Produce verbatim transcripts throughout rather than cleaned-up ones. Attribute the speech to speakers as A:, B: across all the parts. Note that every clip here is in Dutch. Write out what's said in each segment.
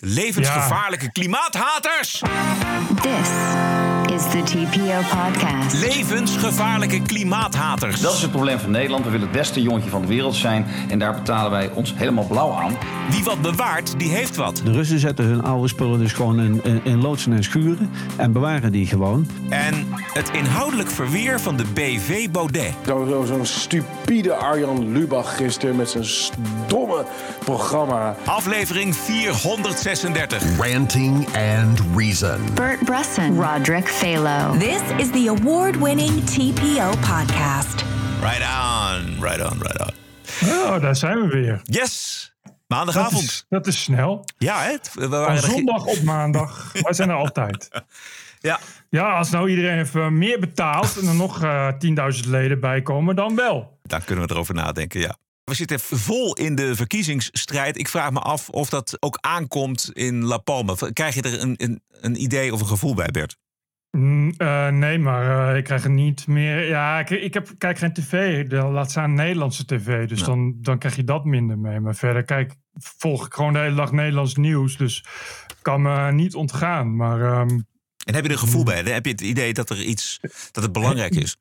A: De levensgevaarlijke ja. klimaathaters.
B: This is the T P O podcast.
A: Levensgevaarlijke klimaathaters.
C: Dat is het probleem van Nederland. We willen het beste jongetje van de wereld zijn. En daar betalen wij ons helemaal blauw aan.
A: Wie wat bewaart, die heeft wat.
D: De Russen zetten hun oude spullen dus gewoon in, in, in loodsen en schuren. En bewaren die gewoon.
A: En het inhoudelijk verweer van de B V Baudet.
E: Zo, zo, zo'n stupide Arjan Lubach gisteren met zijn stomme programma.
A: Aflevering vierhonderdzesendertig.
F: Ranting and Reason.
B: Bert Bresson. Roderick Phalo.
G: This is the award-winning T P O podcast.
A: Right on, right on, right on.
H: Oh, daar zijn we weer.
A: Yes! Maandagavond.
H: Dat is, dat is snel.
A: Ja, hè? We waren
H: Van zondag op maandag. Wij zijn er altijd.
A: Ja.
H: Ja, als nou iedereen even meer betaalt en er nog uh, tienduizend leden bij komen, dan wel.
A: Dan kunnen we erover nadenken, ja. We zitten vol in de verkiezingsstrijd. Ik vraag me af of dat ook aankomt in La Palma. Krijg je er een, een, een idee of een gevoel bij, Bert?
H: Mm, uh, nee, maar uh, ik krijg er niet meer... Ja, ik, ik heb, kijk geen tv. De, laat staan Nederlandse tv. Dus ja. dan, dan krijg je dat minder mee. Maar verder kijk, volg ik gewoon de hele dag Nederlands nieuws. Dus kan me niet ontgaan. Maar, um,
A: en heb je er een gevoel mm, bij? Heb je het idee dat er iets... dat het belangrijk is?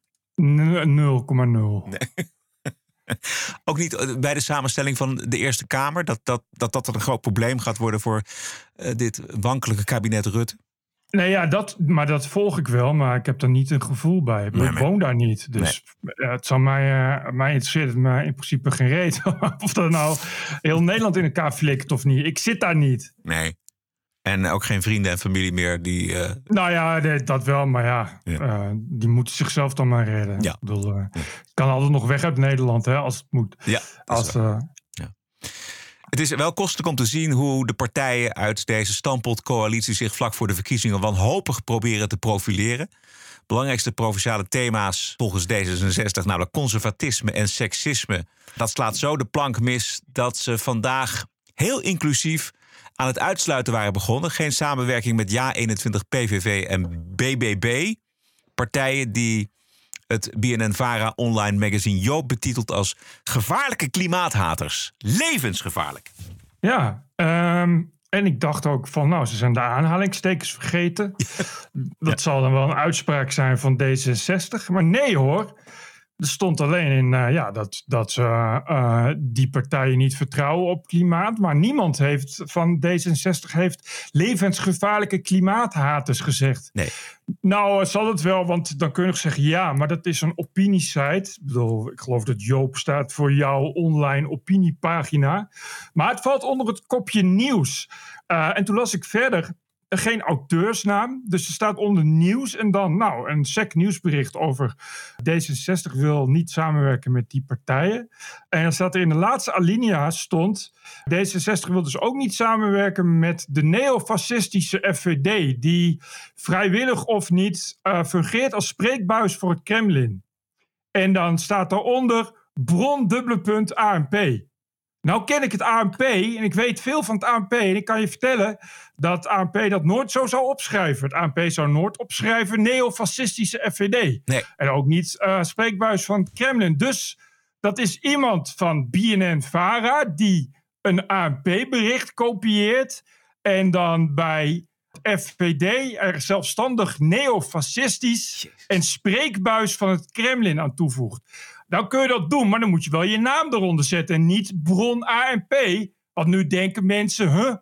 H: nul komma nul.
A: Nee. Ook niet bij de samenstelling van de Eerste Kamer... dat dat, dat, dat er een groot probleem gaat worden voor uh, dit wankelijke kabinet Rutte?
H: Nee, ja, dat, maar dat volg ik wel, maar ik heb er niet een gevoel bij. Ik nee, woon daar niet, dus nee. Het zal mij, uh, mij interesseert het me in principe geen reet. Of dat nou heel Nederland in elkaar flikt of niet. Ik zit daar niet.
A: Nee. En ook geen vrienden en familie meer die... Uh...
H: Nou ja, dat wel, maar ja, ja. Uh, die moeten zichzelf dan maar redden.
A: Ja.
H: Ik bedoel, uh, ja. kan altijd nog weg uit Nederland, hè, als het moet.
A: Ja,
H: als, uh,
A: ja. Het is wel kostelijk om te zien hoe de partijen uit deze stampotcoalitie zich vlak voor de verkiezingen wanhopig proberen te profileren. Belangrijkste provinciale thema's volgens D zesenzestig, namelijk conservatisme en seksisme. Dat slaat zo de plank mis dat ze vandaag heel inclusief aan het uitsluiten waren begonnen. Geen samenwerking met Ja eenentwintig, P V V en B B B. Partijen die het B N N-Vara online magazine Joop betitelt als gevaarlijke klimaathaters. Levensgevaarlijk.
H: Ja, um, en ik dacht ook van, nou, ze zijn de aanhalingstekens vergeten. Dat ja. zal dan wel een uitspraak zijn van D zesenzestig. Maar nee hoor. Er stond alleen in uh, ja, dat, dat ze uh, die partijen niet vertrouwen op klimaat. Maar niemand heeft van D zesenzestig heeft levensgevaarlijke klimaathaters gezegd.
A: Nee.
H: Nou, zal het wel, want dan kun je nog zeggen ja, maar dat is een opiniesite. Ik bedoel, ik geloof dat Joop staat voor jouw online opiniepagina. Maar het valt onder het kopje nieuws. Uh, en toen las ik verder... Geen auteursnaam, dus er staat onder nieuws en dan nou een sec nieuwsbericht over D zesenzestig wil niet samenwerken met die partijen. En dan staat er in de laatste alinea stond D zesenzestig wil dus ook niet samenwerken met de neofascistische F V D die vrijwillig of niet uh, fungeert als spreekbuis voor het Kremlin. En dan staat daaronder bron dubbele punt A N P. Nou ken ik het A N P en ik weet veel van het A N P. En ik kan je vertellen dat A N P dat nooit zo zou opschrijven. Het A N P zou nooit opschrijven neofascistische F V D.
A: Nee.
H: En ook niet uh, spreekbuis van het Kremlin. Dus dat is iemand van B N N-Vara die een A N P-bericht kopieert. En dan bij F V D er zelfstandig neofascistisch Jezus. en spreekbuis van het Kremlin aan toevoegt. Dan kun je dat doen, maar dan moet je wel je naam eronder zetten en niet bron A N P. Want nu denken mensen, huh?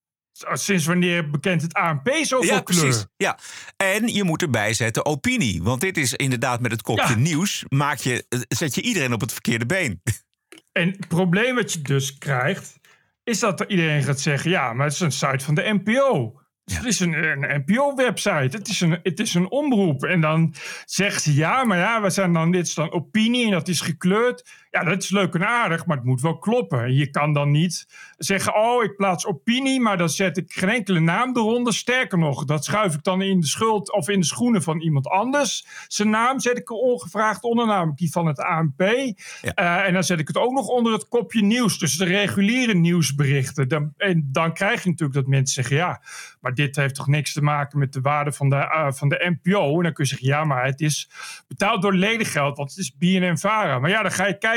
H: Sinds wanneer bekent het A N P zoveel
A: ja,
H: kleur?
A: Precies. Ja, en je moet erbij zetten opinie. Want dit is inderdaad met het kopje ja. nieuws, maak je, zet je iedereen op het verkeerde been.
H: En het probleem wat je dus krijgt, is dat er iedereen gaat zeggen, ja, maar het is een site van de N P O. Ja. Het is een, een N P O-website. Het is, een, het is een omroep. En dan zegt ze ja, maar ja, we zijn dan, dit is dan opinie en dat is gekleurd. Ja, dat is leuk en aardig, maar het moet wel kloppen. Je kan dan niet zeggen, oh, ik plaats opinie, maar dan zet ik geen enkele naam eronder. Sterker nog, dat schuif ik dan in de schuld of in de schoenen van iemand anders. Zijn naam zet ik er ongevraagd onder, namelijk die van het A N P. Ja. Uh, en dan zet ik het ook nog onder het kopje nieuws. Dus de reguliere nieuwsberichten. Dan, en dan krijg je natuurlijk dat mensen zeggen, ja, maar dit heeft toch niks te maken met de waarde van de, uh, van de N P O. En dan kun je zeggen, ja, maar het is betaald door ledengeld, want het is B N N-Vara. Maar ja, dan ga je kijken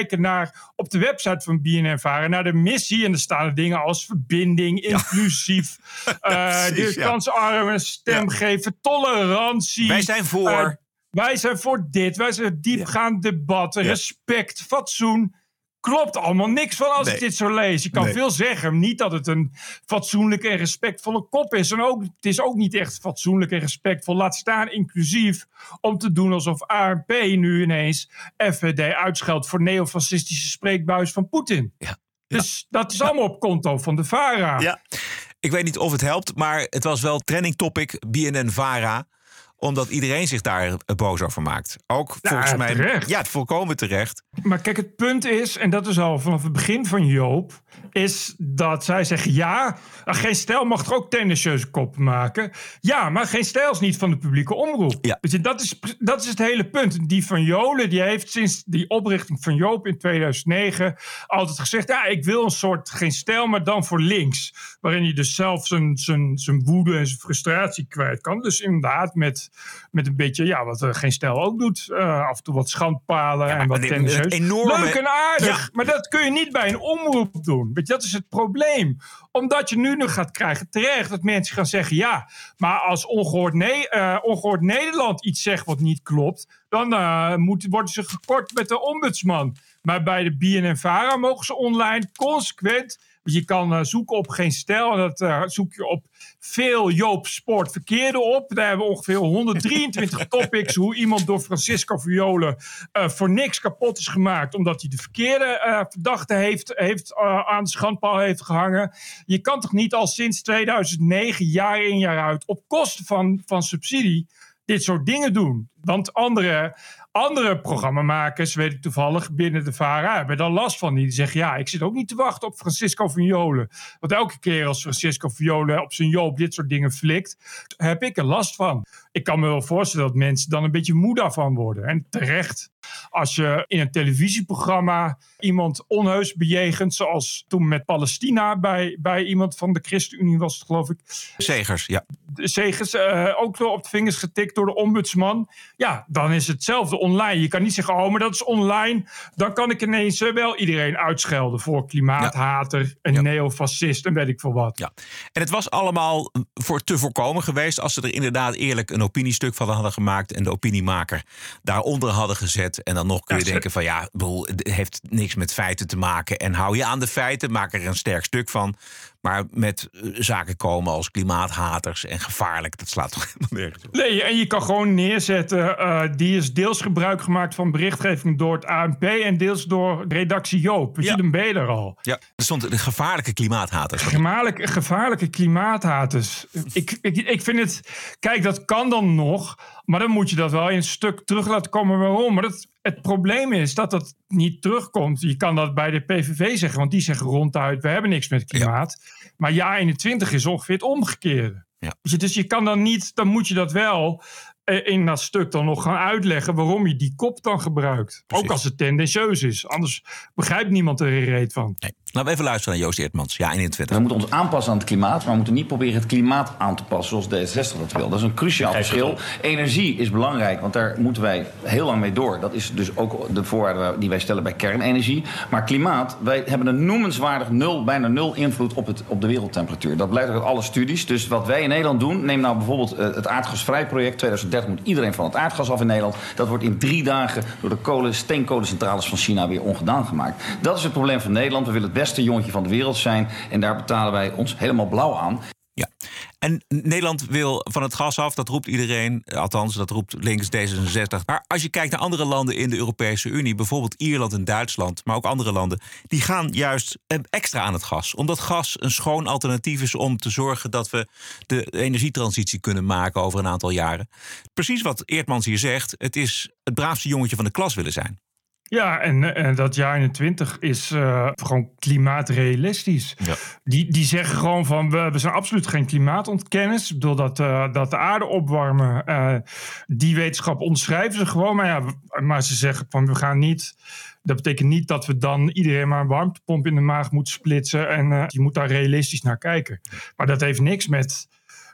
H: kijken naar op de website van B N N Vara naar de missie. En er staan er dingen als verbinding, inclusief, ja. uh, de kansarme stem ja. geven, tolerantie.
A: Wij zijn voor. Uh,
H: wij zijn voor dit. Wij zijn diepgaand debat, ja. respect, fatsoen. Klopt allemaal niks van als nee. ik dit zo lees. Je kan nee. veel zeggen. Niet dat het een fatsoenlijke en respectvolle kop is. En ook, het is ook niet echt fatsoenlijk en respectvol. Laat staan inclusief om te doen alsof A N P nu ineens F V D uitscheldt voor neofascistische spreekbuis van Poetin. Ja. Ja. Dus dat is ja. allemaal op konto van de Vara.
A: Ja. Ik weet niet of het helpt, maar het was wel trending topic B N N Vara. Omdat iedereen zich daar boos over maakt. Ook
H: ja,
A: volgens mij.
H: Terecht.
A: Ja, volkomen terecht.
H: Maar kijk, het punt is, en dat is al vanaf het begin van Joop, is dat zij zeggen, ja, geen stijl mag er ook tendentieuze kop maken. Ja, maar geen stijl is niet van de publieke omroep. Ja. Weet je, dat is, dat is het hele punt. Die Van Jolen, die heeft sinds die oprichting van Joop in tweeduizend negen altijd gezegd, ja, ik wil een soort geen stijl, maar dan voor links. Waarin je dus zelf zijn, zijn, zijn woede en zijn frustratie kwijt kan. Dus inderdaad met, met een beetje, ja, wat uh, geen stijl ook doet. Uh, af en toe wat schandpalen ja, en wat tendentieus. Enorme... Leuk en aardig, ja. maar dat kun je niet bij een omroep doen. Weet je, dat is het probleem. Omdat je nu nog gaat krijgen terecht dat mensen gaan zeggen, ja, maar als ongehoord, ne- uh, ongehoord Nederland iets zegt wat niet klopt, dan uh, moet, worden ze gekort met de ombudsman. Maar bij de B N N Vara mogen ze online consequent. Je kan uh, zoeken op geen stijl. Dat uh, zoek je op veel Joop Sport verkeerde op. Daar hebben we ongeveer honderddrieëntwintig topics. Hoe iemand door Francisco Viola uh, voor niks kapot is gemaakt. Omdat hij de verkeerde uh, verdachte heeft, heeft, uh, aan de schandpaal heeft gehangen. Je kan toch niet al sinds tweeduizend negen jaar in jaar uit op kosten van, van subsidie dit soort dingen doen. Want andere... Andere programmamakers, weet ik toevallig, binnen de Vara hebben daar last van. Die zeggen, ja, ik zit ook niet te wachten op Francisco Viola. Want elke keer als Francisco Viola op zijn Joop dit soort dingen flikt, heb ik er last van. Ik kan me wel voorstellen dat mensen dan een beetje moe daarvan worden. En terecht. Als je in een televisieprogramma iemand onheus bejegent, zoals toen met Palestina bij, bij iemand van de ChristenUnie was het, geloof ik.
A: Zegers, ja.
H: Zegers, uh, ook door op de vingers getikt door de ombudsman. Ja, dan is hetzelfde online. Je kan niet zeggen, oh, maar dat is online. Dan kan ik ineens uh, wel iedereen uitschelden voor klimaathater, ja. en ja. neofascist en weet ik veel wat.
A: Ja. En het was allemaal voor te voorkomen geweest als ze er inderdaad eerlijk een opiniestuk van hadden gemaakt en de opiniemaker daaronder hadden gezet. En dan nog kun je ja, denken van ja, het heeft niks met feiten te maken. En hou je aan de feiten, maak er een sterk stuk van. Maar met zaken komen als klimaathaters en gevaarlijk, dat slaat toch helemaal nergens op.
H: Nee, en je kan gewoon neerzetten, uh, die is deels gebruik gemaakt van berichtgeving door het A N P en deels door redactie Joop. Dus ja. Dan ben je er al.
A: Ja, er stond de gevaarlijke klimaathaters.
H: Gevaarlijke, gevaarlijke klimaathaters. ik, ik, ik vind het, kijk, dat kan dan nog, maar dan moet je dat wel in een stuk terug laten komen. Waarom? Maar dat, het probleem is dat dat niet terugkomt. Je kan dat bij de P V V zeggen, want die zeggen ronduit, we hebben niks met klimaat. Ja. Maar jaar eenentwintig is ongeveer het omgekeerde. Ja. Dus je kan dan niet, dan moet je dat wel in dat stuk dan nog gaan uitleggen waarom je die kop dan gebruikt. Precies. Ook als het tendentieus is. Anders begrijpt niemand er een reet van.
A: Nee. Laten we even luisteren naar Joost Eertmans. Ja, eenentwintig.
C: We moeten ons aanpassen aan het klimaat, maar we moeten niet proberen het klimaat aan te passen zoals D zesenzestig dat wil. Dat is een cruciaal verschil. Energie is belangrijk, want daar moeten wij heel lang mee door. Dat is dus ook de voorwaarde die wij stellen bij kernenergie. Maar klimaat, wij hebben een noemenswaardig nul, bijna nul invloed op, het, op de wereldtemperatuur. Dat blijkt uit alle studies. Dus wat wij in Nederland doen, neem nou bijvoorbeeld uh, het aardgasvrij project. tweeduizend dertig moet iedereen van het aardgas af in Nederland. Dat wordt in drie dagen door de kolen, steenkolencentrales van China weer ongedaan gemaakt. Dat is het probleem van Nederland. We willen het beste jongetje van de wereld zijn. En daar betalen wij ons helemaal blauw aan.
A: Ja, en Nederland wil van het gas af, dat roept iedereen. Althans, dat roept links D zesenzestig. Maar als je kijkt naar andere landen in de Europese Unie, bijvoorbeeld Ierland en Duitsland, maar ook andere landen, die gaan juist extra aan het gas. Omdat gas een schoon alternatief is om te zorgen dat we de energietransitie kunnen maken over een aantal jaren. Precies wat Eertmans hier zegt, het is het braafste jongetje van de klas willen zijn.
H: Ja, en, en dat jaar eenentwintig is uh, gewoon klimaatrealistisch. Ja. Die, die zeggen gewoon van, we, we zijn absoluut geen klimaatontkenners. Ik bedoel, dat, uh, dat de aarde opwarmen, uh, die wetenschap onderschrijven ze gewoon. Maar, ja, maar ze zeggen van, we gaan niet... Dat betekent niet dat we dan iedereen maar een warmtepomp in de maag moeten splitsen. En uh, je moet daar realistisch naar kijken. Maar dat heeft niks met...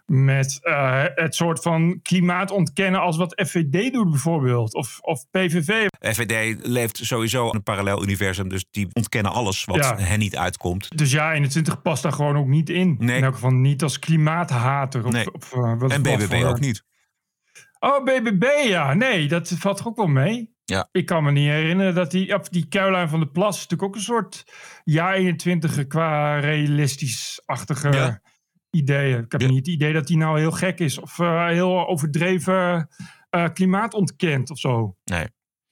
H: met uh, het soort van klimaat ontkennen als wat F V D doet bijvoorbeeld. Of, of P V V.
A: F V D leeft sowieso in een parallel universum. Dus die ontkennen alles wat
H: Ja.
A: hen niet uitkomt.
H: Dus ja, eenentwintig past daar gewoon ook niet in.
A: Nee.
H: In elk geval niet als klimaathater. Of,
A: Nee.
H: of, uh, wat,
A: En B
H: wat
A: B B
H: voor-
A: ook niet.
H: Oh, B B B, ja. Nee, dat valt er ook wel mee.
A: Ja.
H: Ik kan me niet herinneren dat die... Ja, die Caroline van der Plas is natuurlijk ook een soort... jaar eenentwintig qua realistisch-achtige
A: Ja.
H: ideeën. Ik heb
A: Ja.
H: niet het idee dat die nou heel gek is. Of uh, heel overdreven uh, klimaat ontkent of zo.
A: Nee.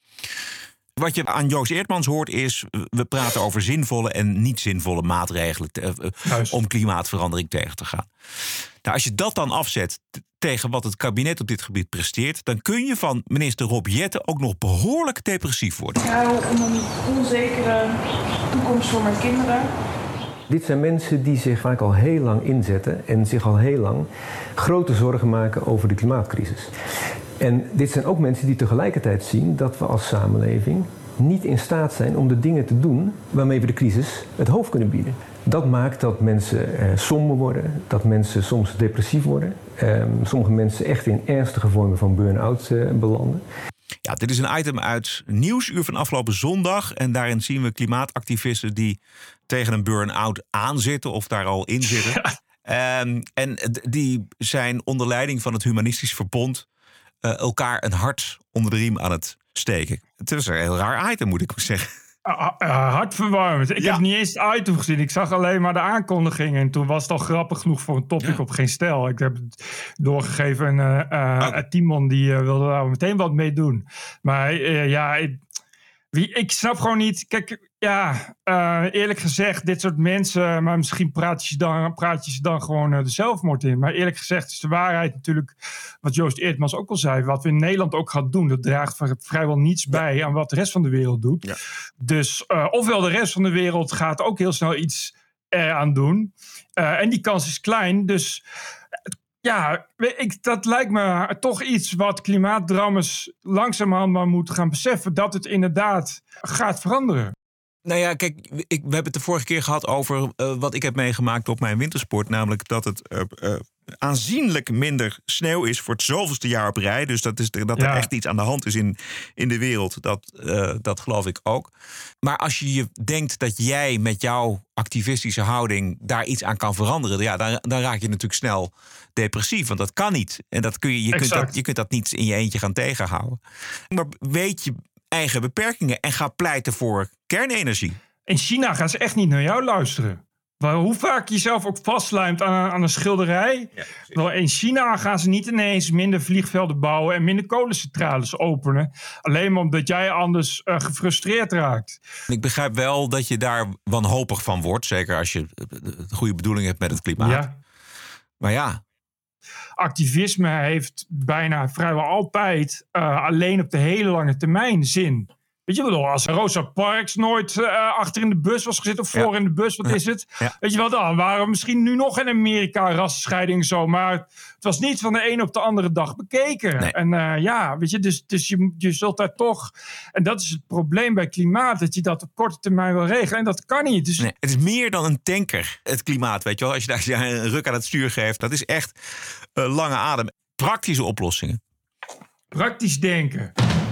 A: Wat je aan Joost Eertmans hoort is... we praten over zinvolle en niet zinvolle maatregelen... Te, uh,
H: Juist.
A: om klimaatverandering tegen te gaan. Nou, als je dat dan afzet t- tegen wat het kabinet op dit gebied presteert... dan kun je van minister Rob Jetten ook nog behoorlijk depressief worden.
I: Ik hou om een onzekere toekomst voor mijn kinderen.
J: Dit zijn mensen die zich vaak al heel lang inzetten en zich al heel lang grote zorgen maken over de klimaatcrisis. En dit zijn ook mensen die tegelijkertijd zien dat we als samenleving niet in staat zijn om de dingen te doen waarmee we de crisis het hoofd kunnen bieden. Dat maakt dat mensen eh, somber worden, dat mensen soms depressief worden. Eh, sommige mensen echt in ernstige vormen van burn-out eh, belanden.
A: Ja, dit is een item uit Nieuwsuur van afgelopen zondag. En daarin zien we klimaatactivisten die tegen een burn-out aanzitten of daar al in zitten. Um, en d- die zijn onder leiding van het Humanistisch Verbond uh, elkaar een hart onder de riem aan het steken. Het is een heel raar item, moet ik zeggen.
H: Uh, uh, hartverwarmend. Ik
A: Ja.
H: heb niet eens het item gezien. Ik zag alleen maar de aankondiging. En toen was het al grappig genoeg voor een topic
A: Ja.
H: op geen stijl. Ik heb het doorgegeven en uh, uh,
A: Oh.
H: Timon die uh, wilde daar meteen wat mee doen. Maar uh, ja, ik, wie, ik snap gewoon niet. Kijk, ja, uh, eerlijk gezegd, dit soort mensen, maar misschien praat je ze dan, praat je ze dan gewoon uh, de zelfmoord in. Maar eerlijk gezegd is de waarheid natuurlijk, wat Joost Eertmans ook al zei, wat we in Nederland ook gaan doen, dat draagt v- vrijwel niets bij aan wat de rest van de wereld doet.
A: Ja.
H: Dus uh, ofwel de rest van de wereld gaat ook heel snel iets eraan doen. Uh, en die kans is klein, dus ja, ik, dat lijkt me toch iets wat klimaatdrammers langzamerhand maar moeten gaan beseffen. Dat het inderdaad gaat veranderen.
A: Nou ja, kijk, ik, we hebben het de vorige keer gehad over uh, wat ik heb meegemaakt op mijn wintersport. Namelijk dat het uh, uh, aanzienlijk minder sneeuw is voor het zoveelste jaar op rij. Dus dat, is, dat
H: Ja.
A: er echt iets aan de hand is in, in de wereld. Dat, uh, dat geloof ik ook. Maar als je je denkt dat jij met jouw activistische houding daar iets aan kan veranderen, ja, dan, dan raak je natuurlijk snel depressief. Want dat kan niet. En dat kun je, je, kunt
H: Exact.
A: dat, je kunt dat niet in je eentje gaan tegenhouden. Maar weet je eigen beperkingen en ga pleiten voor kernenergie.
H: In China gaan ze echt niet naar jou luisteren. Maar hoe vaak je jezelf ook vastlijmt aan, aan een schilderij. Wel, in China gaan ze niet ineens minder vliegvelden bouwen en minder kolencentrales openen. Alleen maar omdat jij anders uh, gefrustreerd raakt.
A: Ik begrijp wel dat je daar wanhopig van wordt. Zeker als je de goede bedoeling hebt met het klimaat.
H: Ja.
A: Maar ja,
H: Activisme heeft bijna vrijwel altijd uh, alleen op de hele lange termijn zin. Weet je wel, als Rosa Parks nooit uh, achter in de bus was gezeten of voor
A: Ja.
H: in de bus, wat
A: Ja.
H: is het?
A: Ja.
H: Weet je wel, dan waren we misschien nu nog in Amerika rassenscheiding zo, maar het was niet van de een op de andere dag bekeken.
A: Nee.
H: En uh, ja, weet je, dus, dus je, je zult daar toch, en dat is het probleem bij klimaat, dat je dat op korte termijn wil regelen en dat kan niet. Dus
A: nee, het is meer dan een tanker, het klimaat. Weet je wel, als je daar als je een ruk aan het stuur geeft, dat is echt uh, lange adem. Praktische oplossingen.
H: praktisch denken.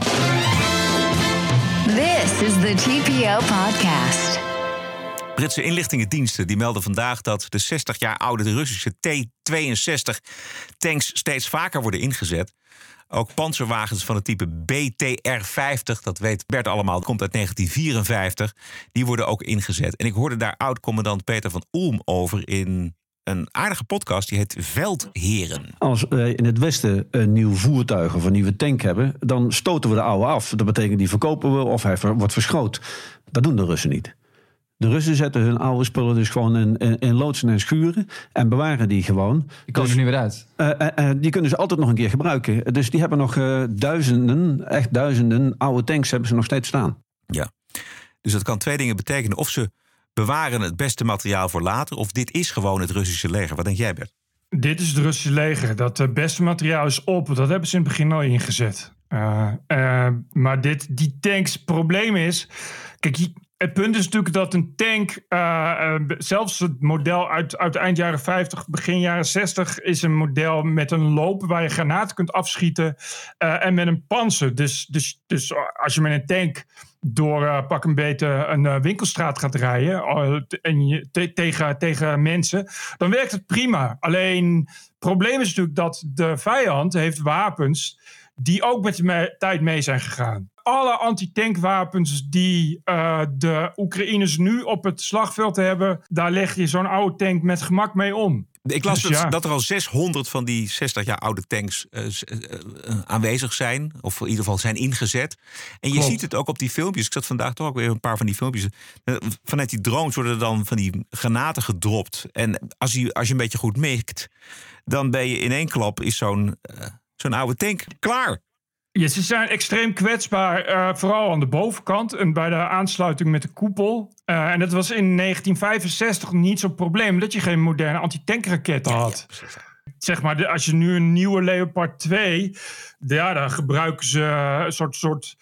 B: This is the T P O podcast.
A: Britse inlichtingendiensten die melden vandaag dat de zestig jaar oude Russische T tweeënzestig tanks steeds vaker worden ingezet. Ook panzerwagens van het type B T R vijftig, dat weet Bert allemaal, komt uit negentien vierenvijftig. Die worden ook ingezet. En ik hoorde daar oud-commandant Peter van Ulm over in een aardige podcast, die heet Veldheren.
D: Als wij in het Westen een nieuw voertuig of een nieuwe tank hebben, dan stoten we de oude af. Dat betekent die verkopen we of hij ver- wordt verschroot. Dat doen de Russen niet. De Russen zetten hun oude spullen dus gewoon in, in, in loodsen en schuren en bewaren die gewoon.
K: Die komen er nu weer uit.
D: Uh, uh, uh, die kunnen ze altijd nog een keer gebruiken. Dus die hebben nog uh, duizenden, echt duizenden oude tanks hebben ze nog steeds staan.
A: Ja, dus dat kan twee dingen betekenen. Of ze bewaren het beste materiaal voor later, of dit is gewoon het Russische leger. Wat denk jij, Bert?
H: Dit is het Russische leger. Dat uh, beste materiaal is op. Dat hebben ze in het begin al ingezet. Uh, uh, maar dit, die tanks, probleem is, kijk, je, Het punt is natuurlijk dat een tank, uh, uh, zelfs het model uit, uit eind jaren vijftig, begin jaren zestig, is een model met een loop waar je granaten kunt afschieten uh, en met een pantser. Dus, dus, dus als je met een tank door uh, pak een beetje een uh, winkelstraat gaat rijden uh, en je, te, tegen, tegen mensen, dan werkt het prima. Alleen het probleem is natuurlijk dat de vijand heeft wapens die ook met de me- tijd mee zijn gegaan. Alle antitankwapens die uh, de Oekraïners nu op het slagveld hebben, daar leg je zo'n oude tank met gemak mee om.
A: Ik las
H: dus,
A: dat,
H: ja.
A: dat er al zeshonderd van die zestig jaar oude tanks uh, uh, aanwezig zijn. Of in ieder geval zijn ingezet. En je
H: Klopt.
A: ziet het ook op die filmpjes. Ik zat vandaag toch ook weer een paar van die filmpjes. Uh, vanuit die drones worden er dan van die granaten gedropt. En als je, als je een beetje goed mikt, dan ben je in één klap is zo'n, uh, zo'n oude tank klaar.
H: Ja, ze zijn extreem kwetsbaar, uh, vooral aan de bovenkant en bij de aansluiting met de koepel. Uh, en dat was in negentien vijfenzestig niet zo'n probleem, dat je geen moderne antitankraketten had. Ja, ja, zeg maar, de, als je nu een nieuwe Leopard twee, ja, dan gebruiken ze een soort, soort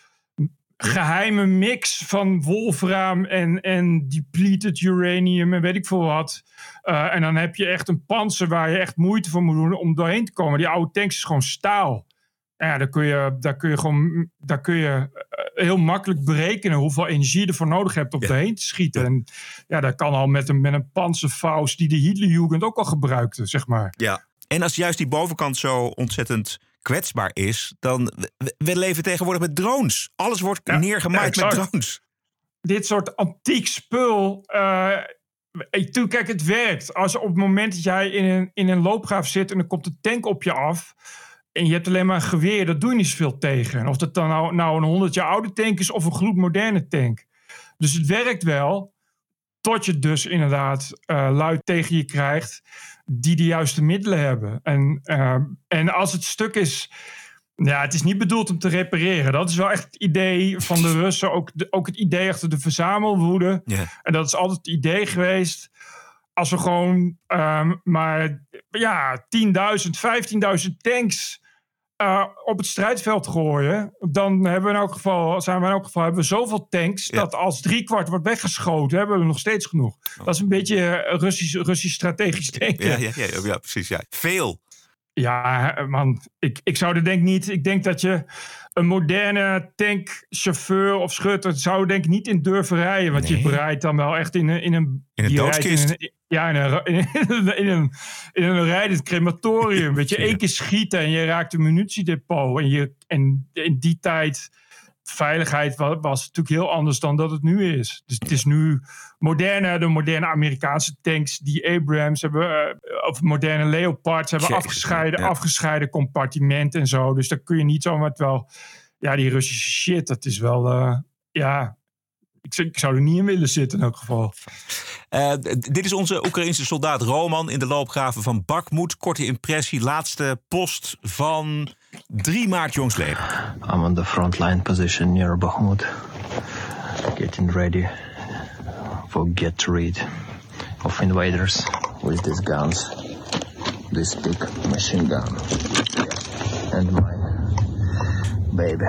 H: geheime mix van wolfraam en, en depleted uranium en weet ik veel wat. Uh, en dan heb je echt een panzer waar je echt moeite voor moet doen om doorheen te komen. Die oude tanks is gewoon staal. Ja, daar kun je, daar kun je gewoon daar kun je heel makkelijk berekenen hoeveel energie je ervoor nodig hebt om ja. doorheen te schieten. En ja, dat kan al met een, met een panzerfaust die de Hitlerjugend ook al gebruikte, zeg maar.
A: Ja. En als juist die bovenkant zo ontzettend kwetsbaar is, dan we, we leven tegenwoordig met drones. Alles wordt ja, neergemaaid ja, met drones.
H: Dit soort antiek spul. Uh, toen, kijk, het werkt. Als op het moment dat jij in een, in een loopgraaf zit en er komt een tank op je af en je hebt alleen maar een geweer, dat doe je niet zoveel tegen. Of dat dan nou, nou een honderd jaar oude tank is of een gloedmoderne tank. Dus het werkt wel, tot je dus inderdaad uh, luid tegen je krijgt die de juiste middelen hebben. En, uh, en als het stuk is, ja, het is niet bedoeld om te repareren. Dat is wel echt het idee van de Russen, ook, de, ook het idee achter de verzamelwoede. Yeah. En dat is altijd het idee geweest. Als we gewoon um, maar ja, tienduizend, vijftienduizend tanks uh, op het strijdveld gooien, dan hebben we in elk geval, zijn we in elk geval hebben we zoveel tanks ja. dat als driekwart wordt weggeschoten, hebben we nog steeds genoeg. Oh. Dat is een beetje Russisch, Russisch strategisch denken.
A: Ja, ja, ja, ja, ja precies. Ja. Veel.
H: Ja, man, ik, ik zou er denk niet. Ik denk dat je een moderne tankchauffeur of schutter zou denk ik niet in durven rijden, want nee. je rijdt dan wel echt in een in een,
A: in een doodskist.
H: In een, ja, in een, in een, in een, in een rijdend crematorium. Weet je, één keer schieten en je raakt een munitiedepot. En, je, en in die tijd, veiligheid was, was natuurlijk heel anders dan dat het nu is. Dus het is nu moderne, de moderne Amerikaanse tanks, die Abrams hebben, uh, of moderne Leopards hebben Jezus, afgescheiden, ja. afgescheiden compartimenten en zo. Dus daar kun je niet zomaar wel, ja, die Russische shit, dat is wel, uh, ja, ik, ik zou er niet in willen zitten in elk geval.
A: Uh, dit is onze Oekraïense soldaat Roman in de loopgraven van Bakhmut. Korte impressie, laatste post van drie maart jongstleden.
K: I'm on the front line position near Bakhmut. Getting ready for get rid of invaders with these guns. This big machine gun. And my baby.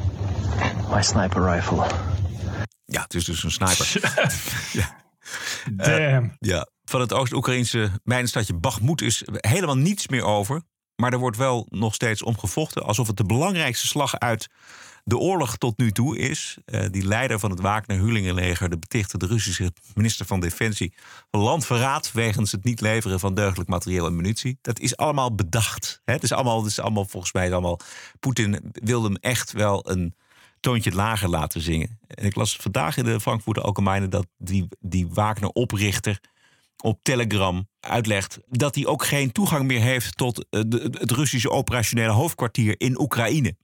K: My sniper rifle.
A: Ja, het is dus een sniper. ja.
H: Damn.
A: Uh, ja. Van het Oost-Oekraïnse mijnenstadje Bakhmut is helemaal niets meer over. Maar er wordt wel nog steeds om gevochten. Alsof het de belangrijkste slag uit de oorlog tot nu toe is. Uh, die leider van het Wagner-Hulingenleger, de betichte de Russische minister van Defensie, van landverraad wegens het niet leveren van deugdelijk materieel en munitie. Dat is allemaal bedacht. Hè? Het is allemaal, het is allemaal volgens mij allemaal. Poetin wilde hem echt wel een toontje lager laten zingen. En ik las vandaag in de Frankfurter Allgemeine dat die, die Wagner-oprichter op Telegram uitlegt dat hij ook geen toegang meer heeft tot de, het Russische operationele hoofdkwartier in Oekraïne.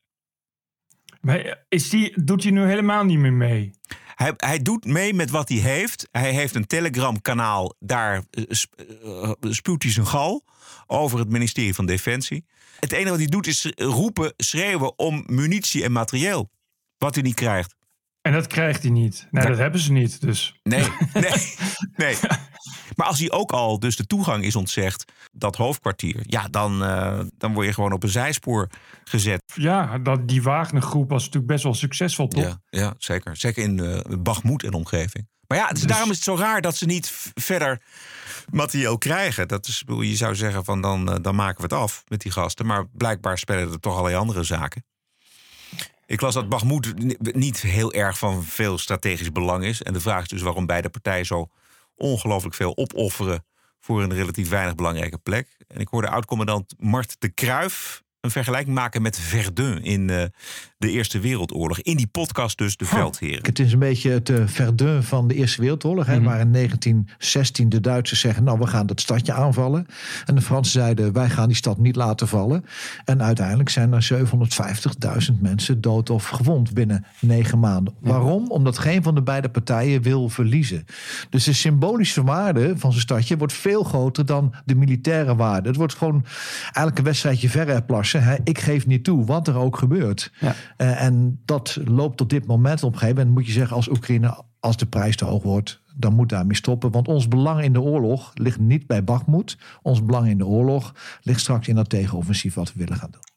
H: Maar is die, doet hij nu helemaal niet meer mee?
A: Hij, hij doet mee met wat hij heeft. Hij heeft een Telegram-kanaal. Daar spuwt hij zijn gal over het ministerie van Defensie. Het enige wat hij doet is roepen, schreeuwen om munitie en materieel. Wat hij niet krijgt.
H: En dat krijgt hij niet. Nee,
A: ja.
H: dat hebben ze niet. Dus.
A: Nee, nee, nee. Maar als hij ook al dus de toegang is ontzegd, dat hoofdkwartier, ja, dan, uh, dan word je gewoon op een zijspoor gezet.
H: Ja, dat, die Wagner-groep was natuurlijk best wel succesvol, toch?
A: Ja, ja zeker. Zeker in uh, Bakhmut en omgeving. Maar ja, dus... daarom is het zo raar dat ze niet f- verder materieel krijgen. Dat is, je zou zeggen van dan, uh, dan maken we het af met die gasten. Maar blijkbaar spelen er toch allerlei andere zaken. Ik las dat Bakhmut niet heel erg van veel strategisch belang is. En de vraag is dus waarom beide partijen zo ongelooflijk veel opofferen voor een relatief weinig belangrijke plek. En ik hoorde oud-commandant Mart de Kruijf een vergelijking maken met Verdun in uh, de Eerste Wereldoorlog. In die podcast dus de oh, Veldheren.
L: Het is een beetje het uh, Verdun van de Eerste Wereldoorlog. Hè, mm-hmm. Waar in negentien zestien de Duitsers zeggen, nou, we gaan dat stadje aanvallen. En de Fransen zeiden, wij gaan die stad niet laten vallen. En uiteindelijk zijn er zevenhonderdvijftigduizend mensen dood of gewond binnen negen maanden. Ja. Waarom? Omdat geen van de beide partijen wil verliezen. Dus de symbolische waarde van zo'n stadje wordt veel groter dan de militaire waarde. Het wordt gewoon eigenlijk een wedstrijdje verreplassen. Hè. Ik geef niet toe, wat er ook gebeurt. Ja. Uh, en dat loopt tot dit moment. Op een gegeven moment moet je zeggen als Oekraïne, als de prijs te hoog wordt, dan moet daarmee stoppen. Want ons belang in de oorlog ligt niet bij Bakhmut. Ons belang in de oorlog ligt straks in dat tegenoffensief wat we willen gaan doen.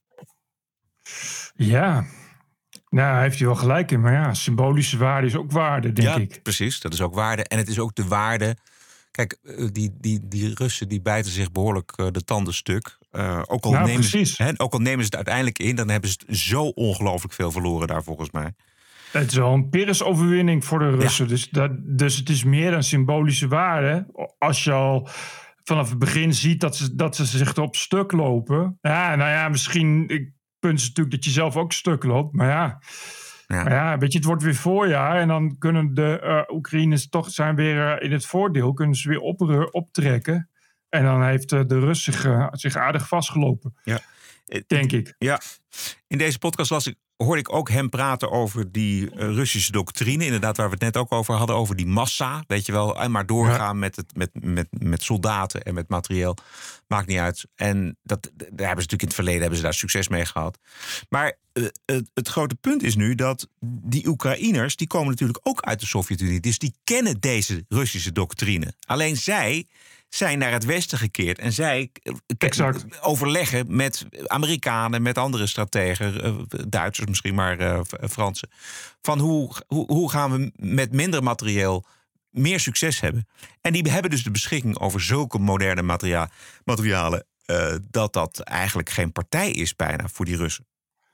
H: Ja, nou, heeft hij wel gelijk in. Maar ja, symbolische waarde is ook waarde, denk
A: ja,
H: ik.
A: Precies, dat is ook waarde. En het is ook de waarde. Kijk, die, die, die Russen die bijten zich behoorlijk de tanden stuk. Uh, ook, al
H: nou,
A: nemen
H: ze,
A: hè, ook al nemen ze het uiteindelijk in, dan hebben ze het zo ongelooflijk veel verloren daar volgens mij.
H: Het is wel een Pyrrhus-overwinning voor de Russen. Ja. Dus, dat, dus het is meer dan symbolische waarde. Als je al vanaf het begin ziet dat ze, dat ze zich op stuk lopen. Ja, nou ja, misschien het punt is natuurlijk dat je zelf ook stuk loopt. Maar ja... Ja. Maar ja, weet je, het wordt weer voorjaar en dan kunnen de uh, Oekraïners toch zijn weer uh, in het voordeel, kunnen ze weer op, optrekken. En dan heeft uh, de Rus zich, uh, zich aardig vastgelopen, ja. denk ik.
A: Ja, in deze podcast las ik, hoorde ik ook hem praten over die uh, Russische doctrine. Inderdaad, waar we het net ook over hadden, over die massa. Weet je wel, en maar doorgaan ja. met, het, met, met, met soldaten en met materieel. Maakt niet uit. En dat, daar hebben ze natuurlijk in het verleden hebben ze daar succes mee gehad. Maar uh, het, het grote punt is nu dat die Oekraïners, die komen natuurlijk ook uit de Sovjet-Unie. Dus die kennen deze Russische doctrine. Alleen zij zijn naar het westen gekeerd. En zij
H: exact.
A: overleggen met Amerikanen, met andere strategen, Duitsers misschien, maar uh, Fransen. Van hoe, hoe, hoe gaan we met minder materieel meer succes hebben. En die hebben dus de beschikking over zulke moderne materia- materialen Uh, dat dat eigenlijk geen partij is bijna voor die Russen.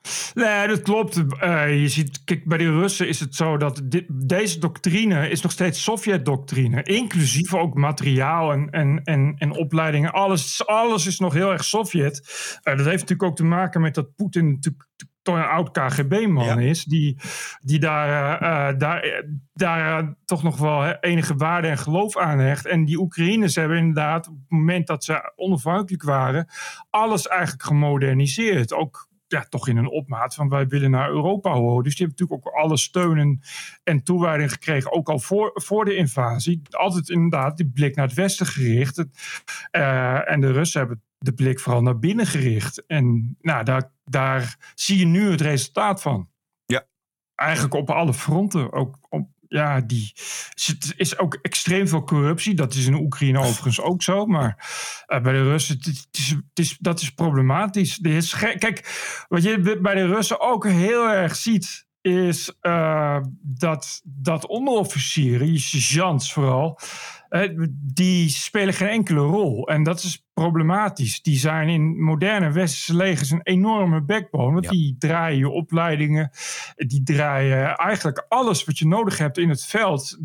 H: Nee, dat klopt. Uh, je ziet, kijk, bij de Russen is het zo dat dit, deze doctrine is nog steeds Sovjet-doctrine. Inclusief ook materiaal en, en, en, en opleidingen. Alles, alles is nog heel erg Sovjet. Uh, dat heeft natuurlijk ook te maken met dat Poetin natuurlijk toch een oud K G B-man ja. is. Die, die daar, uh, daar, daar uh, toch nog wel enige waarde en geloof aan hecht. En die Oekraïners hebben inderdaad op het moment dat ze onafhankelijk waren alles eigenlijk gemoderniseerd. Ook ja, toch in een opmaat van wij willen naar Europa horen. Dus die hebben natuurlijk ook alle steun en, en toewijding gekregen. Ook al voor, voor de invasie. Altijd inderdaad die blik naar het westen gericht. Uh, en de Russen hebben de blik vooral naar binnen gericht. En nou, daar, daar zie je nu het resultaat van.
A: Ja.
H: Eigenlijk op alle fronten. Ook op, ja, die, er is ook extreem veel corruptie. Dat is in Oekraïne overigens ook zo. Maar uh, bij de Russen, het is, het is, het is, dat is problematisch. Er is ge- Kijk, wat je bij de Russen ook heel erg ziet, is uh, dat, dat onderofficieren, je sergeants vooral, uh, die spelen geen enkele rol. En dat is problematisch. Die zijn in moderne westerse legers een enorme backbone. Want ja. die draaien je opleidingen. Die draaien eigenlijk alles wat je nodig hebt in het veld.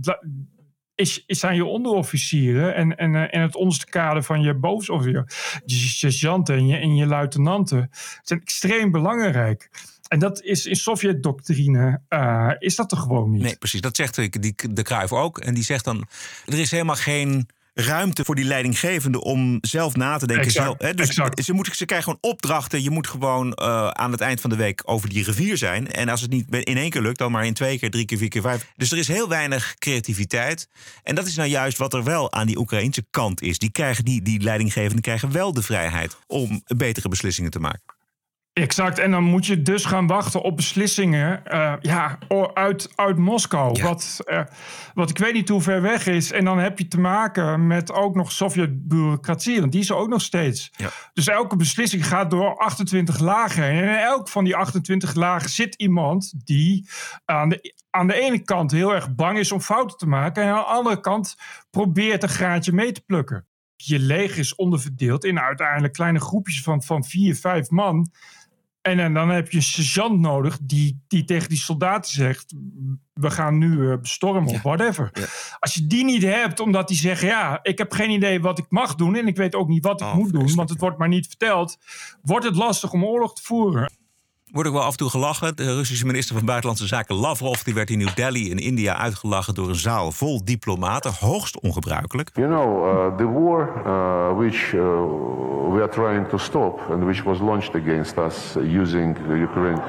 H: Is, is zijn je onderofficieren en, en, en het onderste kader van je bovenofficieren. Je sergeanten en je, en je luitenanten zijn extreem belangrijk. En dat is in Sovjet-doctrine, uh, is dat er gewoon niet.
A: Nee, precies. Dat zegt die, de Kruijf ook. En die zegt dan, er is helemaal geen ruimte voor die leidinggevende om zelf na te denken.
H: Exact,
A: zelf, hè? Dus ze, moeten, ze krijgen gewoon opdrachten. Je moet gewoon uh, aan het eind van de week over die rivier zijn. En als het niet in één keer lukt, dan maar in twee keer, drie keer, vier keer, vijf. Dus er is heel weinig creativiteit. En dat is nou juist wat er wel aan die Oekraïnse kant is. Die, krijgen, die, die leidinggevenden krijgen wel de vrijheid om betere beslissingen te maken.
H: Exact, en dan moet je dus gaan wachten op beslissingen uh, ja, uit, uit Moskou. Ja. Wat, uh, wat ik weet niet hoe ver weg is. En dan heb je te maken met ook nog Sovjet-bureaucratie. Want die is er ook nog steeds. Ja. Dus elke beslissing gaat door achtentwintig lagen. En in elk van die achtentwintig lagen zit iemand die aan de, aan de ene kant heel erg bang is om fouten te maken. En aan de andere kant probeert een graantje mee te plukken. Je leger is onderverdeeld in uiteindelijk kleine groepjes van, van vier, vijf man. En, en dan heb je een sergeant nodig die, die tegen die soldaten zegt... we gaan nu uh, bestormen ja. of whatever. Ja. Als je die niet hebt, omdat die zeggen... ja, ik heb geen idee wat ik mag doen... en ik weet ook niet wat ik oh, moet doen... want het wordt maar niet verteld... wordt het lastig om oorlog te voeren.
A: Wordt ook wel af en toe gelachen. De Russische minister van Buitenlandse Zaken Lavrov... die werd in New Delhi in India uitgelachen door een zaal vol diplomaten. Hoogst ongebruikelijk.
M: You know, uh, the war uh, which uh, we are trying to stop... and which was launched against us using the Ukraine,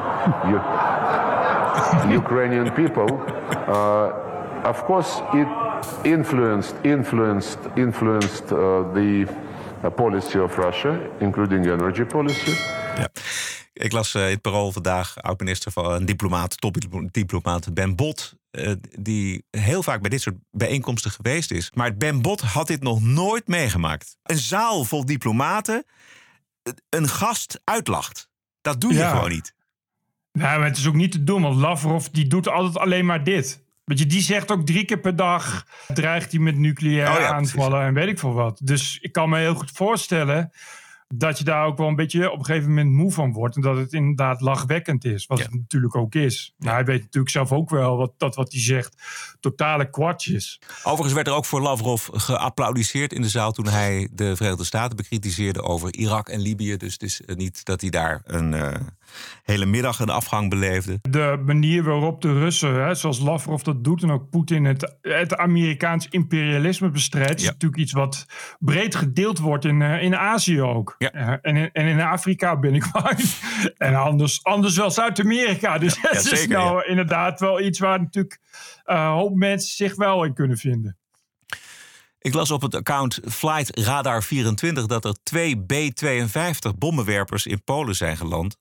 M: U- Ukrainian people... Uh, of course, it influenced, influenced, influenced uh, the uh, policy of Russia... including energy policy.
A: Ja. Ik las uh, in het Parool vandaag oud-minister van een diplomaat, topdiplomaat Ben Bot, uh, die heel vaak bij dit soort bijeenkomsten geweest is. Maar Ben Bot had dit nog nooit meegemaakt. Een zaal vol diplomaten, een gast uitlacht. Dat doe je ja. gewoon niet.
H: Nou, maar het is ook niet te doen, want Lavrov die doet altijd alleen maar dit. Weet je, die zegt ook drie keer per dag dreigt hij met nucleaire oh ja, aanvallen precies. En weet ik veel wat. Dus ik kan me heel goed voorstellen dat je daar ook wel een beetje op een gegeven moment moe van wordt. En dat het inderdaad lachwekkend is. Wat ja. het natuurlijk ook is. Maar ja. hij weet natuurlijk zelf ook wel wat, dat wat hij zegt totale kwats is.
A: Overigens werd er ook voor Lavrov geapplaudiseerd in de zaal toen hij de Verenigde Staten bekritiseerde over Irak en Libië. Dus het is niet dat hij daar een uh, hele middag een afgang beleefde.
H: De manier waarop de Russen, hè, zoals Lavrov dat doet en ook Poetin het, het Amerikaans imperialisme bestrijdt, ja. is natuurlijk iets wat breed gedeeld wordt in, uh, in Azië ook. Ja. Uh, en, in, en in Afrika ben ik bang. En anders, anders wel Zuid-Amerika. Dus ja, het ja, is zeker, nou ja. inderdaad wel iets waar natuurlijk een uh, hoop mensen zich wel in kunnen vinden.
A: Ik las op het account Flight Radar vierentwintig dat er twee B tweeënvijftig bommenwerpers in Polen zijn geland.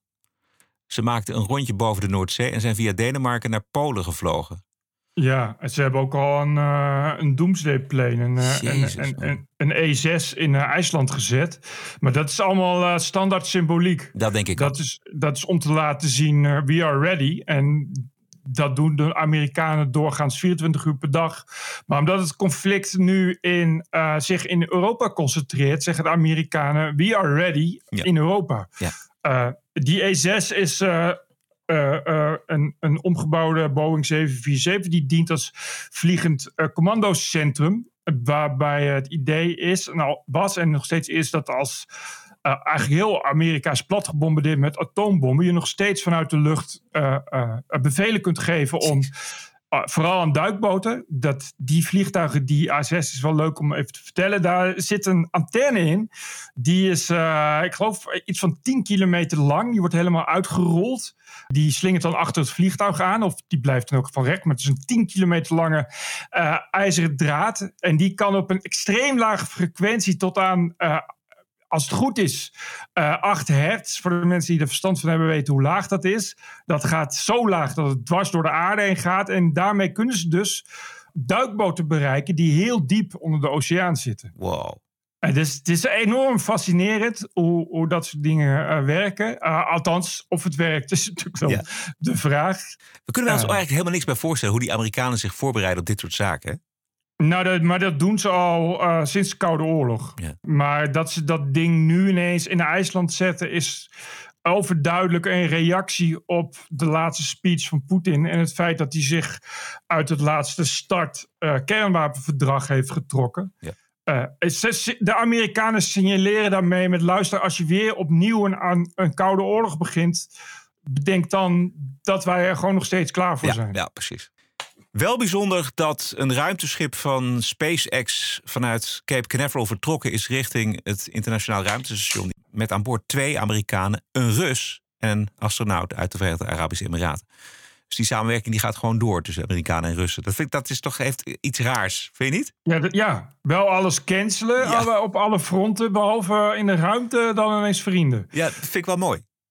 A: Ze maakten een rondje boven de Noordzee en zijn via Denemarken naar Polen gevlogen.
H: Ja, ze hebben ook al een, uh, een Doomsday plane, een, uh, Jezus, een, een, een, een E zes in uh, IJsland gezet. Maar dat is allemaal uh, standaard symboliek.
A: Dat denk ik
H: dat
A: ook.
H: Is, dat is om te laten zien, uh, we are ready. En dat doen de Amerikanen doorgaans vierentwintig uur per dag. Maar omdat het conflict nu in, uh, zich in Europa concentreert, zeggen de Amerikanen, we are ready ja. in Europa. Ja. Uh, die E zes is Uh, Uh, uh, een, een omgebouwde Boeing zeven vier zeven. Die dient als vliegend uh, commandocentrum. Waarbij het idee is, nou was en nog steeds is, dat als uh, eigenlijk heel Amerika is plat gebombardeerd met atoombommen, je nog steeds vanuit de lucht uh, uh, bevelen kunt geven om, uh, vooral aan duikboten, dat die vliegtuigen, die A zes is wel leuk om even te vertellen, daar zit een antenne in. Die is, uh, ik geloof, iets van tien kilometer lang. Die wordt helemaal uitgerold. Die slingert dan achter het vliegtuig aan. Of die blijft dan ook van recht. Maar het is een tien kilometer lange uh, ijzeren draad. En die kan op een extreem lage frequentie tot aan, uh, als het goed is, uh, acht hertz. Voor de mensen die er verstand van hebben weten hoe laag dat is. Dat gaat zo laag dat het dwars door de aarde heen gaat. En daarmee kunnen ze dus duikboten bereiken die heel diep onder de oceaan zitten.
A: Wow.
H: Het is, het is enorm fascinerend hoe, hoe dat soort dingen uh, werken. Uh, althans, of het werkt is natuurlijk wel ja. de vraag.
A: We kunnen ons uh, eigenlijk helemaal niks bij voorstellen hoe die Amerikanen zich voorbereiden op dit soort zaken. Hè?
H: Nou, dat, maar dat doen ze al uh, sinds de Koude Oorlog. Ja. Maar dat ze dat ding nu ineens in IJsland zetten is overduidelijk een reactie op de laatste speech van Poetin en het feit dat hij zich uit het laatste start uh, kernwapenverdrag heeft getrokken. Ja. Uh, de Amerikanen signaleren daarmee met luister, als je weer opnieuw een, een koude oorlog begint, bedenk dan dat wij er gewoon nog steeds klaar voor
A: ja,
H: zijn.
A: Ja, precies. Wel bijzonder dat een ruimteschip van SpaceX vanuit Cape Canaveral vertrokken is richting het internationaal ruimtestation. Met aan boord twee Amerikanen, een Rus en een astronaut uit de Verenigde Arabische Emiraten. Dus die samenwerking die gaat gewoon door tussen Amerikanen en Russen. Dat, vind ik, dat is toch heeft iets raars, vind je niet?
H: Ja, d- ja. wel alles cancelen ja. alle, op alle fronten, behalve in de ruimte dan ineens vrienden.
A: Ja, dat vind ik wel mooi.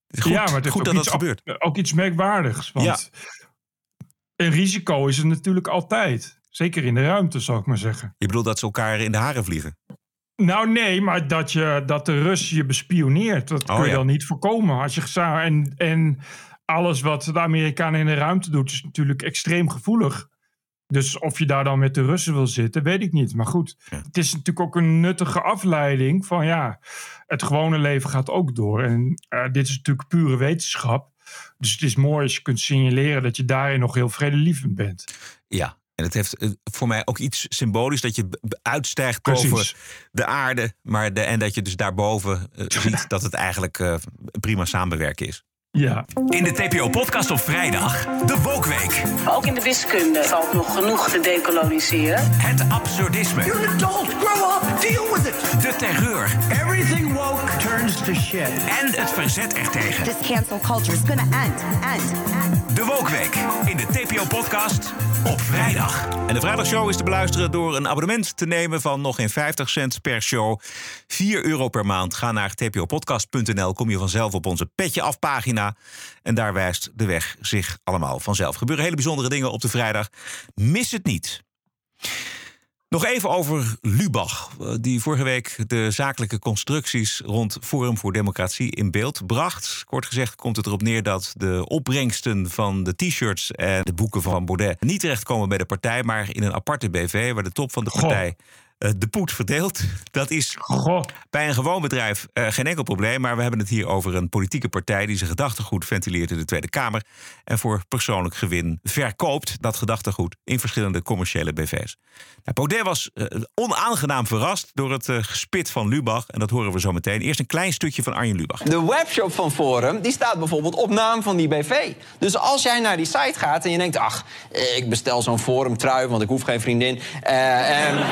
A: Goed,
H: ja, maar het
A: goed dat dat gebeurt.
H: Ook, ook iets merkwaardigs. Want
A: ja.
H: een risico is er natuurlijk altijd. Zeker in de ruimte, zou ik maar zeggen.
A: Je bedoelt dat ze elkaar in de haren vliegen?
H: Nou nee, maar dat, je, dat de Rus je bespioneert. Dat
A: oh,
H: kun je
A: ja.
H: dan niet voorkomen. Als je, en, en alles wat de Amerikanen in de ruimte doet... is natuurlijk extreem gevoelig. Dus of je daar dan met de Russen wil zitten, weet ik niet. Maar goed, ja. Het is natuurlijk ook een nuttige afleiding van ja, het gewone leven gaat ook door. En uh, dit is natuurlijk pure wetenschap. Dus het is mooi als je kunt signaleren dat je daarin nog heel vredelievend bent.
A: Ja, en het heeft voor mij ook iets symbolisch dat je uitstijgt
H: Precies.
A: boven de aarde. Maar de, en dat je dus daarboven uh, ziet dat het eigenlijk uh, prima samenwerken is.
H: Ja.
N: In de T P O-podcast op vrijdag, de Woke-week.
O: Ook in de wiskunde valt nog genoeg te dekoloniseren.
N: Het absurdisme.
P: You're an adult, grow up, deal with it.
N: De terreur.
P: Everything woke turns to shit.
N: En het verzet ertegen.
Q: This cancel culture is gonna end, end, end.
N: De Woke-week in de T P O-podcast op vrijdag.
A: En de vrijdagshow is te beluisteren door een abonnement te nemen van nog geen vijftig cent per show. vier euro per maand. Ga naar t p o podcast punt n l. Kom je vanzelf op onze Petje Af pagina. En daar wijst de weg zich allemaal vanzelf. Er gebeuren hele bijzondere dingen op de vrijdag. Mis het niet. Nog even over Lubach, die vorige week de zakelijke constructies rond Forum voor Democratie in beeld bracht. Kort gezegd komt het erop neer dat de opbrengsten van de t-shirts en de boeken van Baudet niet terechtkomen bij de partij, maar in een aparte B V waar de top van de partij uh, de poet verdeelt. Dat is
H: Goh.
A: bij een gewoon bedrijf uh, geen enkel probleem, maar we hebben het hier over een politieke partij die zijn gedachtegoed ventileert in de Tweede Kamer en voor persoonlijk gewin verkoopt dat gedachtegoed in verschillende commerciële B V's. Nou, Baudet was uh, onaangenaam verrast door het uh, gespit van Lubach en dat horen we zo meteen. Eerst een klein stukje van Arjen Lubach.
R: De webshop van Forum die staat bijvoorbeeld op naam van die B V. Dus als jij naar die site gaat en je denkt, ach, ik bestel zo'n Forum trui, want ik hoef geen vriendin. Uh, en,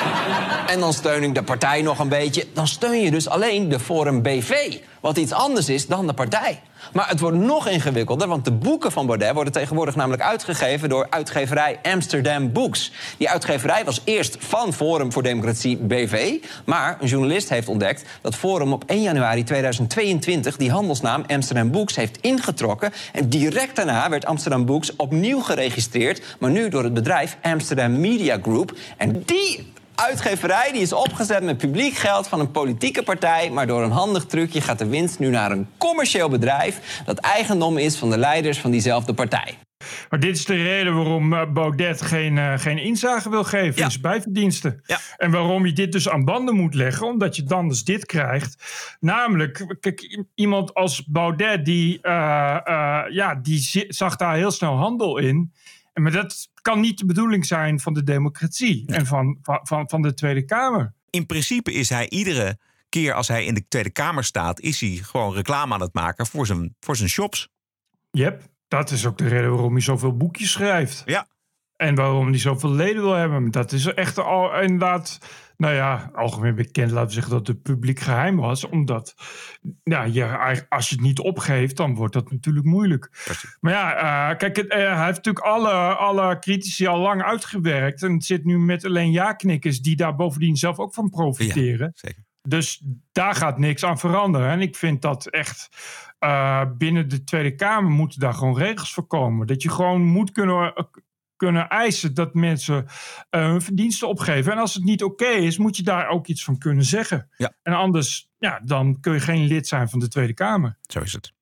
R: en dan steun ik de partij nog een beetje. Dan steun je dus alleen de Forum B V. Wat iets anders is dan de partij. Maar het wordt nog ingewikkelder, want de boeken van Baudet worden tegenwoordig namelijk uitgegeven door uitgeverij Amsterdam Books. Die uitgeverij was eerst van Forum voor Democratie B V, maar een journalist heeft ontdekt dat Forum op één januari tweeduizend tweeëntwintig die handelsnaam Amsterdam Books heeft ingetrokken. En direct daarna werd Amsterdam Books opnieuw geregistreerd, maar nu door het bedrijf Amsterdam Media Group. En die uitgeverij die is opgezet met publiek geld van een politieke partij, maar door een handig trucje gaat de winst nu naar een commercieel bedrijf dat eigendom is van de leiders van diezelfde partij.
H: Maar dit is de reden waarom uh, Baudet geen, uh, geen inzage wil geven,
A: ja.
H: is bijverdiensten.
A: Ja.
H: En waarom je dit dus aan banden moet leggen, omdat je dan dus dit krijgt. Namelijk, kijk, iemand als Baudet, die, uh, uh, ja, die zag daar heel snel handel in. Maar dat kan niet de bedoeling zijn van de democratie en van, van, van de Tweede Kamer.
A: In principe is hij iedere keer als hij in de Tweede Kamer staat, is hij gewoon reclame aan het maken voor zijn, voor zijn shops.
H: Yep, dat is ook de reden waarom hij zoveel boekjes schrijft.
A: Ja.
H: En waarom hij zoveel leden wil hebben. Dat is echt al inderdaad, nou ja, algemeen bekend, laten we zeggen dat het publiek geheim was. Omdat, ja, je, als je het niet opgeeft, dan wordt dat natuurlijk moeilijk.
A: Precies. Maar
H: ja, uh, kijk, het, uh, hij heeft natuurlijk alle, alle critici al lang uitgewerkt. En het zit nu met alleen ja-knikkers die daar bovendien zelf ook van profiteren.
A: Ja, zeker.
H: Dus daar gaat niks aan veranderen. En ik vind dat echt uh, binnen de Tweede Kamer moeten daar gewoon regels voor komen. Dat je gewoon moet kunnen... Uh, kunnen eisen dat mensen uh, hun verdiensten opgeven. En als het niet oké is, moet je daar ook iets van kunnen zeggen.
A: Ja.
H: En anders, ja, dan kun je geen lid zijn van de Tweede Kamer.
A: Zo is het.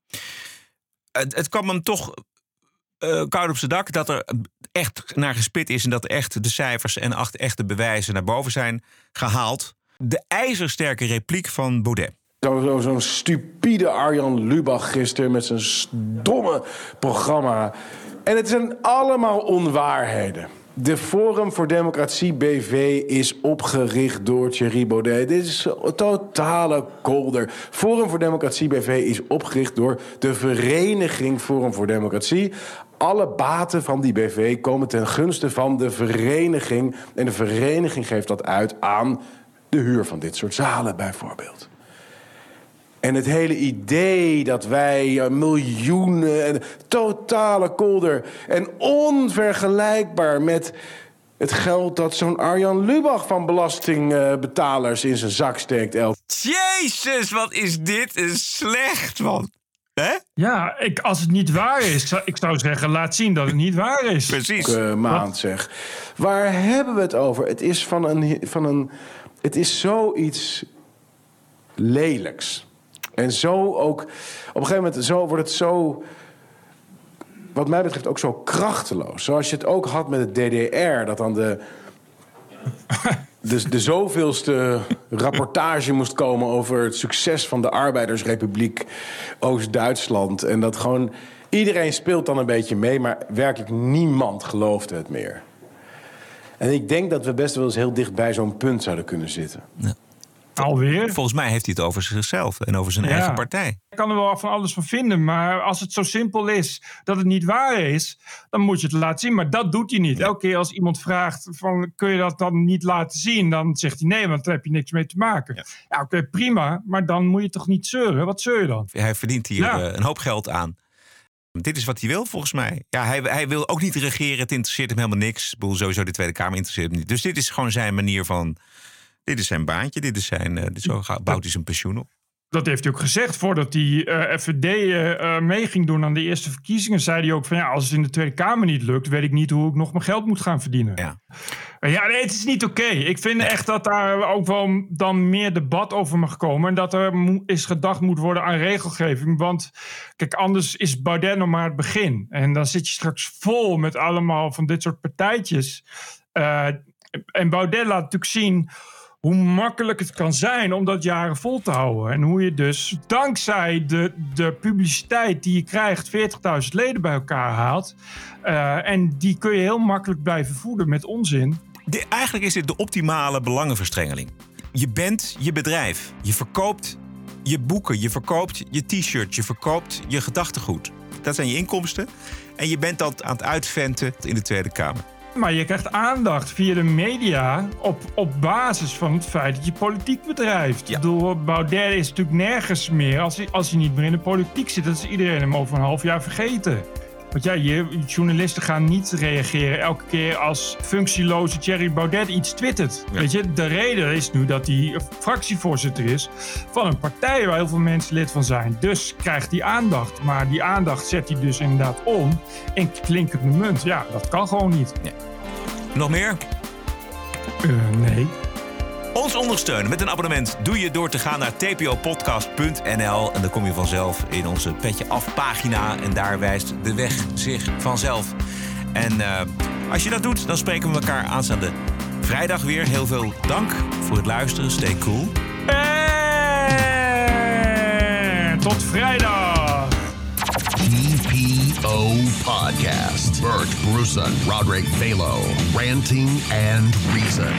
A: Het, het kwam hem toch uh, koud op zijn dak dat er echt naar gespit is en dat echt de cijfers en acht echte bewijzen naar boven zijn gehaald. De ijzersterke repliek van Baudet.
E: Zo'n zo, zo stupide Arjan Lubach gisteren met zijn domme programma. En het zijn allemaal onwaarheden. De Forum voor Democratie B V is opgericht door Thierry Baudet. Dit is een totale kolder. Forum voor Democratie B V is opgericht door de Vereniging Forum voor Democratie. Alle baten van die B V komen ten gunste van de vereniging. En de vereniging geeft dat uit aan de huur van dit soort zalen bijvoorbeeld. En het hele idee dat wij miljoenen, en totale kolder en onvergelijkbaar met het geld dat zo'n Arjan Lubach van belastingbetalers in zijn zak steekt. Elk.
A: Jezus, wat is dit een slecht, man. Hè?
H: Ja, ik, als het niet waar is, ik zou zeggen, laat zien dat het niet waar is.
A: Precies.
E: Uh, maand zeg. Waar hebben we het over? Het is van een, van een... Het is zoiets lelijks. En zo ook... Op een gegeven moment zo wordt het zo... Wat mij betreft ook zo krachteloos. Zoals je het ook had met het D D R. Dat dan de... De, de zoveelste rapportage moest komen over het succes van de Arbeidersrepubliek Oost-Duitsland. En dat gewoon... Iedereen speelt dan een beetje mee, maar werkelijk niemand geloofde het meer. En ik denk dat we best wel eens heel dicht bij zo'n punt zouden kunnen zitten.
A: Ja.
H: Alweer?
A: Volgens mij heeft hij het over zichzelf en over zijn
H: Ja.
A: eigen partij.
H: Ik kan er wel van alles van vinden, maar als het zo simpel is dat het niet waar is, dan moet je het laten zien. Maar dat doet hij niet. Elke keer als iemand vraagt van, kun je dat dan niet laten zien? Dan zegt hij nee, want daar heb je niks mee te maken. Ja, ja oké, okay, prima, maar dan moet je toch niet zeuren? Wat zeur je dan?
A: Hij verdient hier
H: Ja.
A: uh, een hoop geld aan. Dit is wat hij wil, volgens mij. Ja, hij, hij wil ook niet regeren. Het interesseert hem helemaal niks. Ik bedoel, sowieso de Tweede Kamer interesseert hem niet. Dus dit is gewoon zijn manier van... Dit is zijn baantje. Dit is zijn, uh, dit zo bouwt hij zijn pensioen op.
H: Dat heeft hij ook gezegd. Voordat hij uh, F V D uh, uh, mee ging doen aan de eerste verkiezingen, zei hij ook van ja, als het in de Tweede Kamer niet lukt, weet ik niet hoe ik nog mijn geld moet gaan verdienen.
A: Ja,
H: uh, ja nee, het is niet oké. Okay. Ik vind echt dat daar ook wel dan meer debat over mag komen en dat er mo- is gedacht moet worden aan regelgeving. Want kijk, anders is Baudet nog maar het begin. En dan zit je straks vol met allemaal van dit soort partijtjes. Uh, en Baudet laat natuurlijk zien hoe makkelijk het kan zijn om dat jaren vol te houden. En hoe je dus dankzij de, de publiciteit die je krijgt veertigduizend leden bij elkaar haalt. Uh, en die kun je heel makkelijk blijven voeden met onzin.
A: De, eigenlijk is dit de optimale belangenverstrengeling. Je bent je bedrijf. Je verkoopt je boeken. Je verkoopt je t-shirt. Je verkoopt je gedachtegoed. Dat zijn je inkomsten. En je bent dat aan het uitventen in de Tweede Kamer.
H: Maar je krijgt aandacht via de media op, op basis van het feit dat je politiek bedrijft. Ja. Ik bedoel, Baudet is natuurlijk nergens meer als hij, als hij niet meer in de politiek zit. Dat is iedereen hem over een half jaar vergeten. Want ja, je, journalisten gaan niet reageren elke keer als functieloze Thierry Baudet iets twittert. Ja. Weet je, de reden is nu dat hij fractievoorzitter is van een partij waar heel veel mensen lid van zijn. Dus krijgt hij aandacht. Maar die aandacht zet hij dus inderdaad om in klinkende munt. Ja, dat kan gewoon niet.
A: Ja. Nog meer?
H: Uh, nee.
A: Ons ondersteunen met een abonnement doe je door te gaan naar t p o podcast punt n l. En dan kom je vanzelf in onze Petje Af pagina. En daar wijst de weg zich vanzelf. En uh, als je dat doet, dan spreken we elkaar aanstaande vrijdag weer. Heel veel dank voor het luisteren. Stay cool.
H: En tot vrijdag.
F: T P O Podcast. Bert Brussen, Roderick Balo. Ranting and Reason.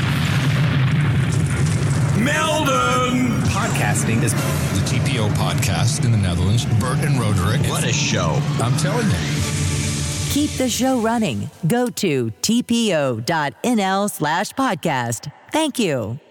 N: Melden!
S: Podcasting is
T: the T P O podcast in the Netherlands. Bert and Roderick.
F: What a show.
T: I'm telling you.
U: Keep the show running. Go to t p o dot n l slash podcast. Thank you.